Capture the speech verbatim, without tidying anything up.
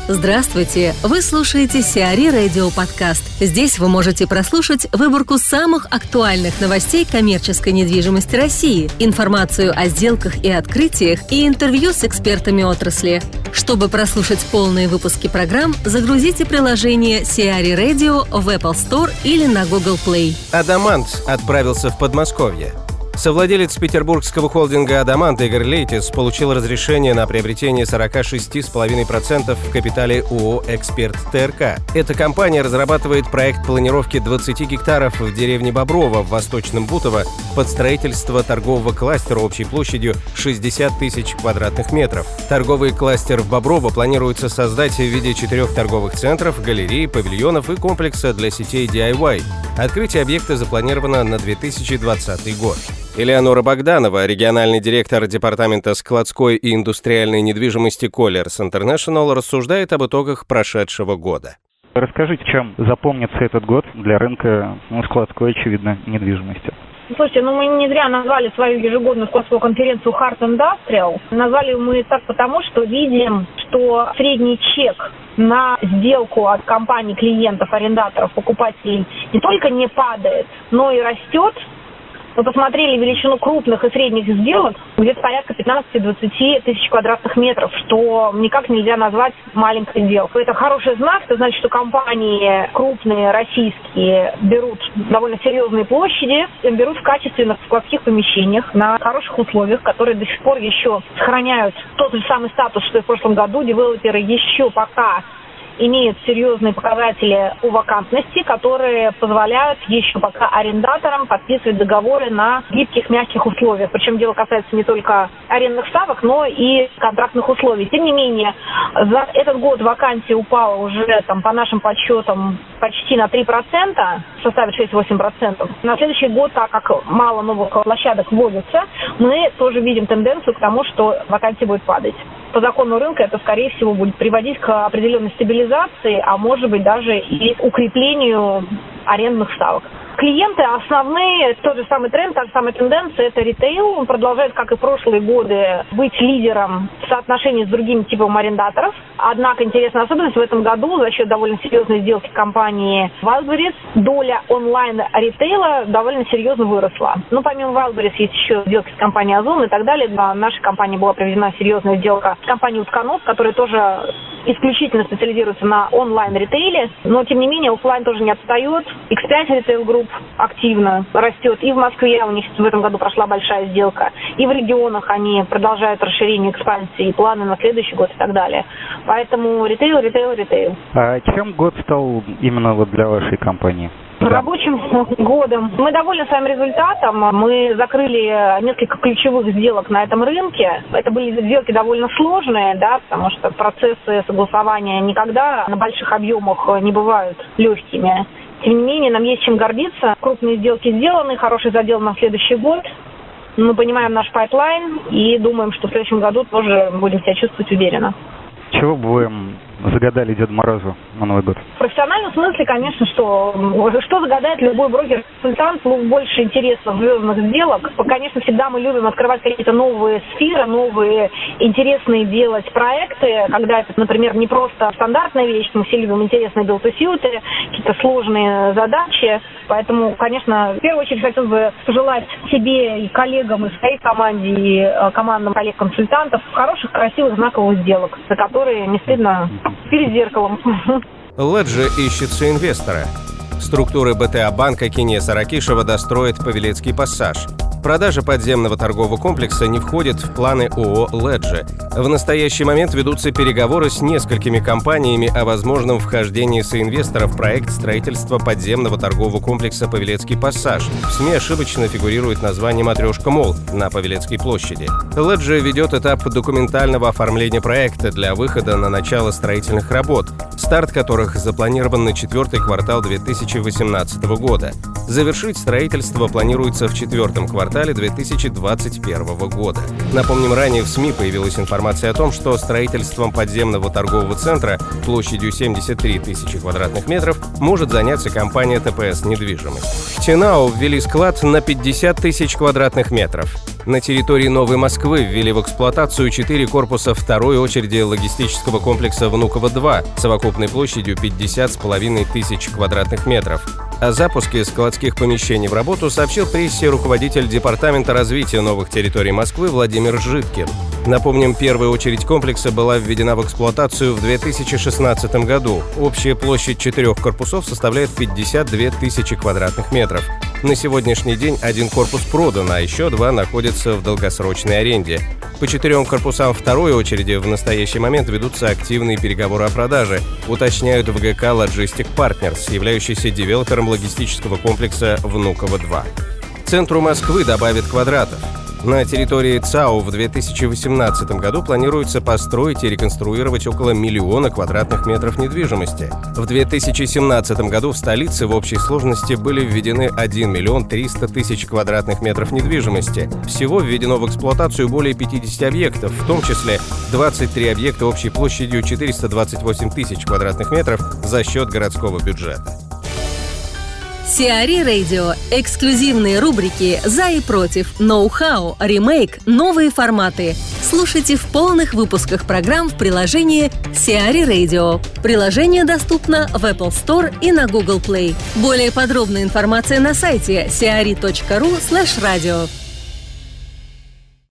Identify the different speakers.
Speaker 1: Здравствуйте! Вы слушаете Сиари Радио Подкаст. Здесь вы можете прослушать выборку самых актуальных новостей коммерческой недвижимости России, информацию о сделках и открытиях и интервью с экспертами отрасли. Чтобы прослушать полные выпуски программ, загрузите приложение Сиари Radio в Apple Store или на Google Play.
Speaker 2: Адамант отправился в Подмосковье. Совладелец петербургского холдинга «Адамант» Игорь Лейтис получил разрешение на приобретение сорок шесть целых пять десятых процента в капитале ООО «Эксперт ТРК». Эта компания разрабатывает проект планировки двадцати гектаров в деревне Боброво в Восточном Бутово под строительство торгового кластера общей площадью шестьдесят тысяч квадратных метров. Торговый кластер в Боброво планируется создать в виде четырех торговых центров, галерей, павильонов и комплекса для сетей ди ай вай. Открытие объекта запланировано на две тысячи двадцатый год. Элеонора Богданова, региональный директор департамента складской и индустриальной недвижимости Colliers International, рассуждает об итогах прошедшего года.
Speaker 3: Расскажите, чем запомнится этот год для рынка ну, складской, очевидно, недвижимости?
Speaker 4: Слушайте, ну мы не зря назвали свою ежегодную складскую конференцию Hard Industrial. Назвали мы так потому, что видим, что средний чек на сделку от компаний, клиентов, арендаторов, покупателей не только не падает, но и растет. Мы посмотрели величину крупных и средних сделок, где-то порядка пятнадцать-двадцать тысяч квадратных метров, что никак нельзя назвать маленькой сделкой. Это хороший знак, это значит, что компании крупные, российские, берут довольно серьезные площади, берут в качественных складских помещениях на хороших условиях, которые до сих пор еще сохраняют тот же самый статус, что и в прошлом году. Девелоперы еще пока имеют серьезные показатели по вакантности, которые позволяют еще пока арендаторам подписывать договоры на гибких, мягких условиях. Причем дело касается не только арендных ставок, но и контрактных условий. Тем не менее, за этот год вакансия упала уже там, по нашим подсчетам почти на три процента, составит шесть-восемь процентов. На следующий год, так как мало новых площадок вводится, мы тоже видим тенденцию к тому, что вакансия будет падать. По закону рынка это, скорее всего, будет приводить к определенной стабилизации, а может быть даже и укреплению арендных ставок. Клиенты основные, тот же самый тренд, та же самая тенденция, это ритейл. Он продолжает, как и прошлые годы, быть лидером в соотношении с другим типом арендаторов. Однако интересная особенность в этом году за счет довольно серьезной сделки компании Wildberries доля онлайн-ритейла довольно серьезно выросла. Ну, помимо Wildberries есть еще сделки с компанией Озон и так далее. В нашей компании была проведена серьезная сделка с компанией Утконос, которая тоже исключительно специализируется на онлайн-ритейле. Но, тем не менее, офлайн тоже не отстает. икс пять Retail Group активно растет. И в Москве у них в этом году прошла большая сделка. И в регионах они продолжают расширение экспансии, планы на следующий год и так далее. Поэтому ритейл, ритейл, ритейл.
Speaker 3: А чем год стал именно вот для вашей компании?
Speaker 4: Рабочим годом. Мы довольны своим результатом. Мы закрыли несколько ключевых сделок на этом рынке. Это были сделки довольно сложные, да, потому что процессы согласования никогда на больших объемах не бывают легкими. Тем не менее, нам есть чем гордиться. Крупные сделки сделаны, хороший задел на следующий ггод. Мы понимаем наш пайплайн и думаем, что в следующем году тоже будем себя чувствовать уверенно.
Speaker 3: Чего бы вы загадали Деду Морозу на Новый год?
Speaker 4: В профессиональном смысле, конечно, что, что загадает любой брокер-консультант, больше интересных звездных сделок. Конечно, всегда мы любим открывать какие-то новые сферы, новые интересные делать проекты, когда это, например, не просто стандартная вещь, мы все любим интересные build-to-suit, какие-то сложные задачи. Поэтому, конечно, в первую очередь хотел бы пожелать себе и коллегам, и своей команде, и командам коллег-консультантов хороших, красивых, знаковых сделок, за которые не стыдно перед зеркалом.
Speaker 2: Леджи ищется инвестора. Структура БТА банка Кинеса Ракишева достроит Павелецкий пассаж. Продажа подземного торгового комплекса не входит в планы ООО «Леджи». В настоящий момент ведутся переговоры с несколькими компаниями о возможном вхождении соинвестора в проект строительства подземного торгового комплекса «Павелецкий пассаж». В СМИ ошибочно фигурирует название «Матрешка Молл» на Павелецкой площади. «Леджи» ведет этап документального оформления проекта для выхода на начало строительных работ, старт которых запланирован на четвертый квартал две тысячи восемнадцатого года. Завершить строительство планируется в четвертом квартале две тысячи двадцать первого года. Напомним, ранее в СМИ появилась информация о том, что строительством подземного торгового центра площадью семьдесят три тысячи квадратных метров может заняться компания ТПС «Недвижимость». В Тинау ввели склад на пятьдесят тысяч квадратных метров. На территории Новой Москвы ввели в эксплуатацию четыре корпуса второй очереди логистического комплекса «Внуково-два» совокупной площадью пятьдесят с половиной тысяч квадратных метров. О запуске складских помещений в работу сообщил прессе руководитель Департамента развития новых территорий Москвы Владимир Житкин. Напомним, первая очередь комплекса была введена в эксплуатацию в две тысячи шестнадцатом году. Общая площадь четырех корпусов составляет пятьдесят две тысячи квадратных метров. На сегодняшний день один корпус продан, а еще два находятся в долгосрочной аренде. По четырем корпусам второй очереди в настоящий момент ведутся активные переговоры о продаже, уточняют в ГК Logistic Partners, являющийся девелопером логистического комплекса «Внуково-два». Центру Москвы добавят квадратов. На территории ЦАО в две тысячи восемнадцатом году планируется построить и реконструировать около миллиона квадратных метров недвижимости. В две тысячи семнадцатом году в столице в общей сложности были введены один миллион триста тысяч квадратных метров недвижимости. Всего введено в эксплуатацию более пятидесяти объектов, в том числе двадцать три объекта общей площадью четыреста двадцать восемь тысяч квадратных метров за счет городского бюджета.
Speaker 1: Сиари Radio. Эксклюзивные рубрики «За и против», «Ноу-хау», «Ремейк», «Новые форматы». Слушайте в полных выпусках программ в приложении Сиари Radio. Приложение доступно в Apple Store и на Google Play. Более подробная информация на сайте сиари точка ру слэш радио.